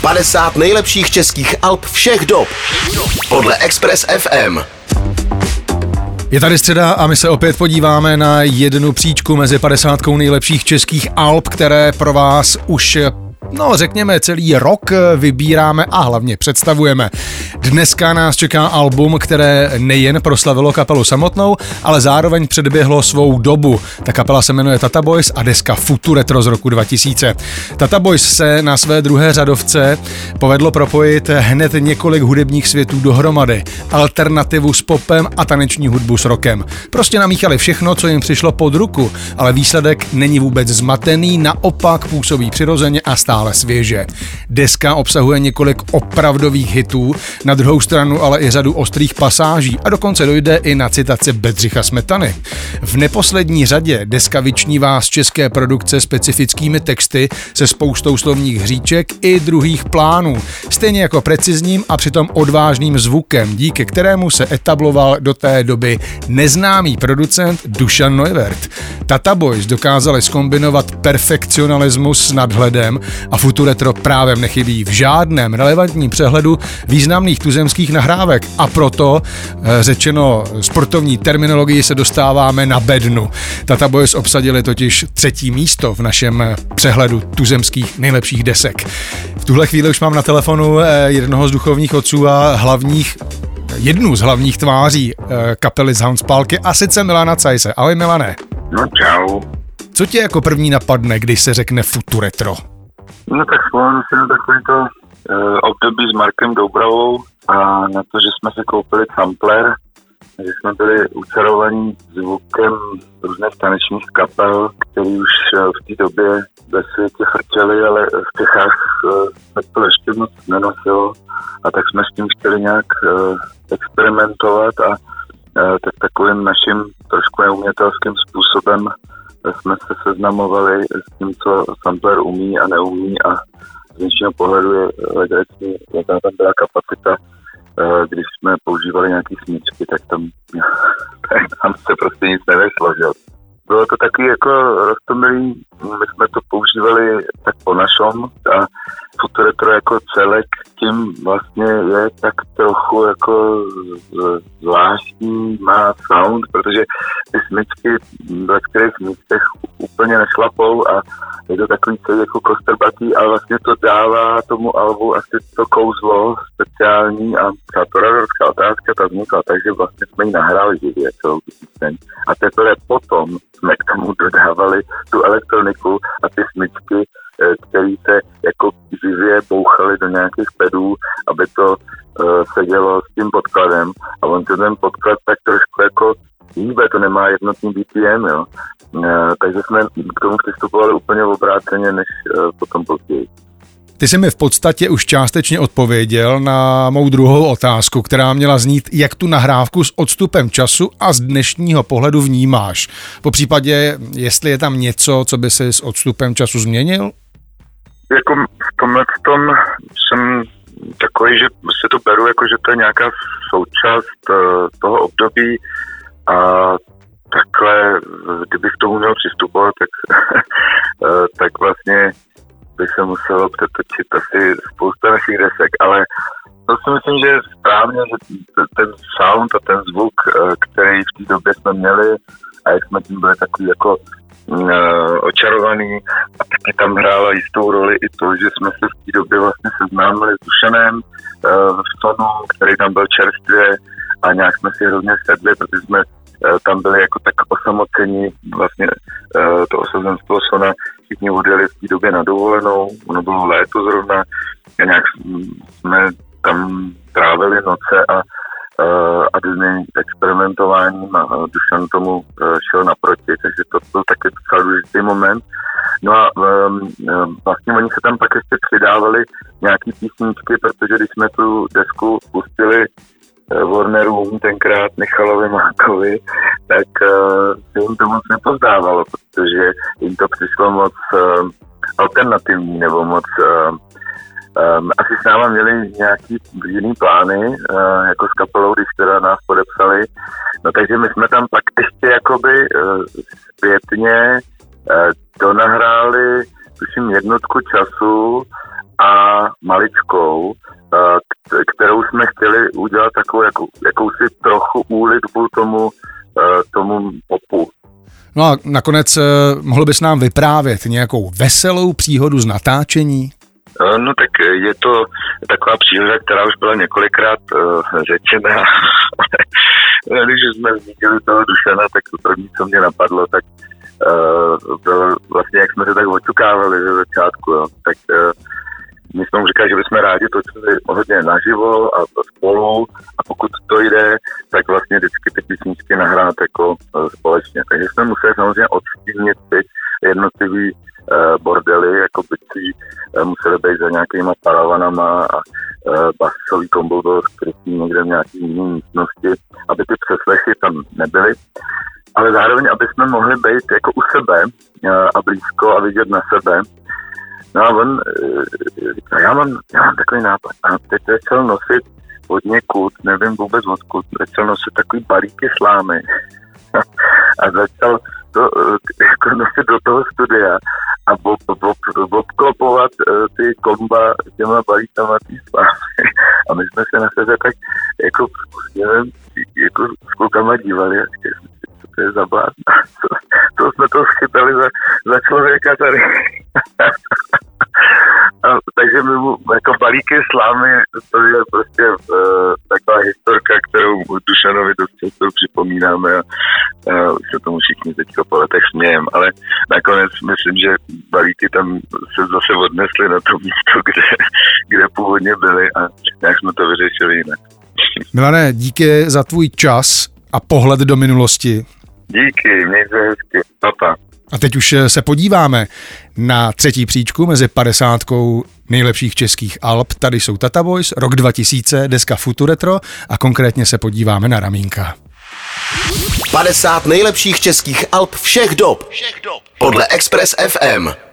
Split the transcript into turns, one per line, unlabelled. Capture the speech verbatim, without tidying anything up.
padesát nejlepších českých alb všech dob podle Express F M.
Je tady středa a my se opět podíváme na jednu příčku mezi padesátkou nejlepších českých alb, které pro vás už no řekněme celý rok vybíráme a hlavně představujeme. Dneska nás čeká album, které nejen proslavilo kapelu samotnou, ale zároveň předběhlo svou dobu. Ta kapela se jmenuje Tata Boys a deska Futuretro z roku dva tisíce. Tata Boys se na své druhé řadovce povedlo propojit hned několik hudebních světů dohromady. Alternativu s popem a taneční hudbu s rockem. Prostě namíchali všechno, co jim přišlo pod ruku, ale výsledek není vůbec zmatený, naopak působí přirozeně a stále svěže. Deska obsahuje několik opravdových hitů, na druhou stranu ale i řadu ostrých pasáží a dokonce dojde i na citace Bedřicha Smetany. V neposlední řadě deska vyčnívá z české produkce specifickými texty se spoustou slovních hříček i druhých plánů, stejně jako precizním a přitom odvážným zvukem, díky kterému se etabloval do té doby neznámý producent Dušan Neuwirth. Tata Boys dokázali zkombinovat perfekcionalismus s nadhledem a Futuretro právem nechybí v žádném relevantním přehledu významných tuzemských nahrávek a proto, řečeno sportovní terminologii, se dostáváme na bednu. Tata Boys obsadili totiž třetí místo v našem přehledu tuzemských nejlepších desek. V tuhle chvíli už mám na telefonu jednoho z duchovních otců a hlavních jednu z hlavních tváří kapely z Houndspálky a sice Milana Cajse. Ahoj Milane.
No čau.
Co tě jako první napadne, když se řekne Futuretro?
No tak vzpomenu si na takovýto uh, období s Markem Doubravou a na to, že jsme si koupili sampler, že jsme byli učarovaní zvukem různých tanečních kapel, který už uh, v té době ve světě frčeli, ale v Čechách uh, se to ještě moc nenosilo a tak jsme s tím chtěli nějak uh, experimentovat a uh, tak takovým naším trošku neumětelským způsobem jsme se seznamovali s tím, co sampler umí a neumí a z dnešního pohledu je legrační, jaká tam byla kapacita, když jsme používali nějaký smyčky, tak tam, tak tam se prostě nic nevešlo, že? Bylo to taky jako roztomilý, my jsme to používali tak po našom a Futuretro jako celek tím vlastně je tak trochu jako zvláštní, má sound, protože ty smyčky ve kterých místech úplně nešlapou a je to takový celý jako kostrbatý, ale vlastně to dává tomu albu asi to kouzlo speciální a ta toradorská otázka ta vznikla, takže vlastně jsme ji nahráli živě celou píseň a teprve potom jsme k tomu dodávali tu elektroniku a ty smyčky, který se jako živě bouchaly do nějakých pedů, aby to uh, sedělo s tím podkladem a on ten podklad tak trošku jako hýbe, to nemá jednotný B P M, jo. Uh, takže jsme k tomu přistupovali úplně obráceně, než uh, potom později.
Ty jsi mi v podstatě už částečně odpověděl na mou druhou otázku, která měla znít, jak tu nahrávku s odstupem času a z dnešního pohledu vnímáš. Po případě, jestli je tam něco, co by si s odstupem času změnil?
Jako v tomhle tom jsem takový, že si to beru, jako že to je nějaká součást toho období a takhle, kdybych k tomu měl přistupovat, tak, tak vlastně by se muselo přetočit asi spousta našich desek, ale to si myslím, že je správně, že ten sound a ten zvuk, který v té době jsme měli a jak jsme tím byli takový jako uh, očarovaný a taky tam hrála jistou roli i to, že jsme se v té době vlastně seznámili s Dušanem uh, v tonu, který tam byl čerstvě a nějak jsme si hrozně sedli, protože jsme uh, tam byli jako tak osamocení, vlastně uh, to osazenstvo Sona všichni odjeli v té době na dovolenou, ono bylo léto zrovna a nějak jsme tam trávili noce a a různým experimentováním a Dušan tomu šel naproti, takže to byl taky docela důležitý moment. No a um, vlastně oni se tam pak ještě přidávali nějaký písničky, protože když jsme tu desku pustili Warnerům, tenkrát Michalovi Mákovi, tak uh, se jim to moc nepozdávalo, protože jim to přišlo moc uh, alternativní nebo moc uh, Um, asi s náma měli nějaký jiný plány, uh, jako s kapelou, když teda nás podepsali. No takže my jsme tam pak ještě jakoby uh, zpětně uh, donahráli tuším jednotku času a maličkou, kterou jsme chtěli udělat takovou jakou, jakousi trochu úlitbu tomu, tomu popu.
No a nakonec eh, mohl bys nám vyprávět nějakou veselou příhodu z natáčení?
No tak je to taková příhoda, která už byla několikrát uh, řečená, ale když jsme viděli toho Dušana, tak to první, co mě napadlo, tak uh, bylo vlastně, jak jsme se tak očukávali ze začátku, jo, tak uh, my jsme mu říkali, že bychom rádi točili hodně naživo a spolu a pokud to jde, tak vlastně vždycky ty písničky nahrát jako uh, společně. Takže jsme museli samozřejmě odstínit ty jednotlivý uh, bordely, jako bycí uh, museli být za nějakýma paravanama a uh, basový kombo byl skrytý někde v nějaký jiný místnosti, aby ty přeslechy tam nebyly. Ale zároveň, aby jsme mohli být jako u sebe uh, a blízko a vidět na sebe. No a on říká, já mám, já mám takový nápad. A teď začal nosit od někud, nevím vůbec odkud, začal nosit takový balíky slámy. A začal to jako nosit do toho studia a bob, bob, obklopovat ty komba těma balíkama tý slámy. A my jsme se na sebe tak jako, nevím, jako s klukama dívali a říkali jsme si, co to je za blázna. To, to jsme to schytali za, za člověka tady. A, takže my mu jako balíky slámy, to je prostě uh, taková historka, kterou Dušanovi dost často připomínáme a uh, se tomu všichni teďka po letech smějem, ale nakonec myslím, že balíky tam se zase odnesly na to místo, kde, kde původně byly a nějak jsme to vyřešili jinak.
Milane, díky za tvůj čas a pohled do minulosti.
Díky, měj se hezky, papa.
A teď už se podíváme na třetí příčku mezi padesátkou nejlepších českých alb. Tady jsou Tata Boys, rok dva tisíce, deska Futuretro a konkrétně se podíváme na Ramínka.
padesát nejlepších českých alb všech dob. Podle Express ef em.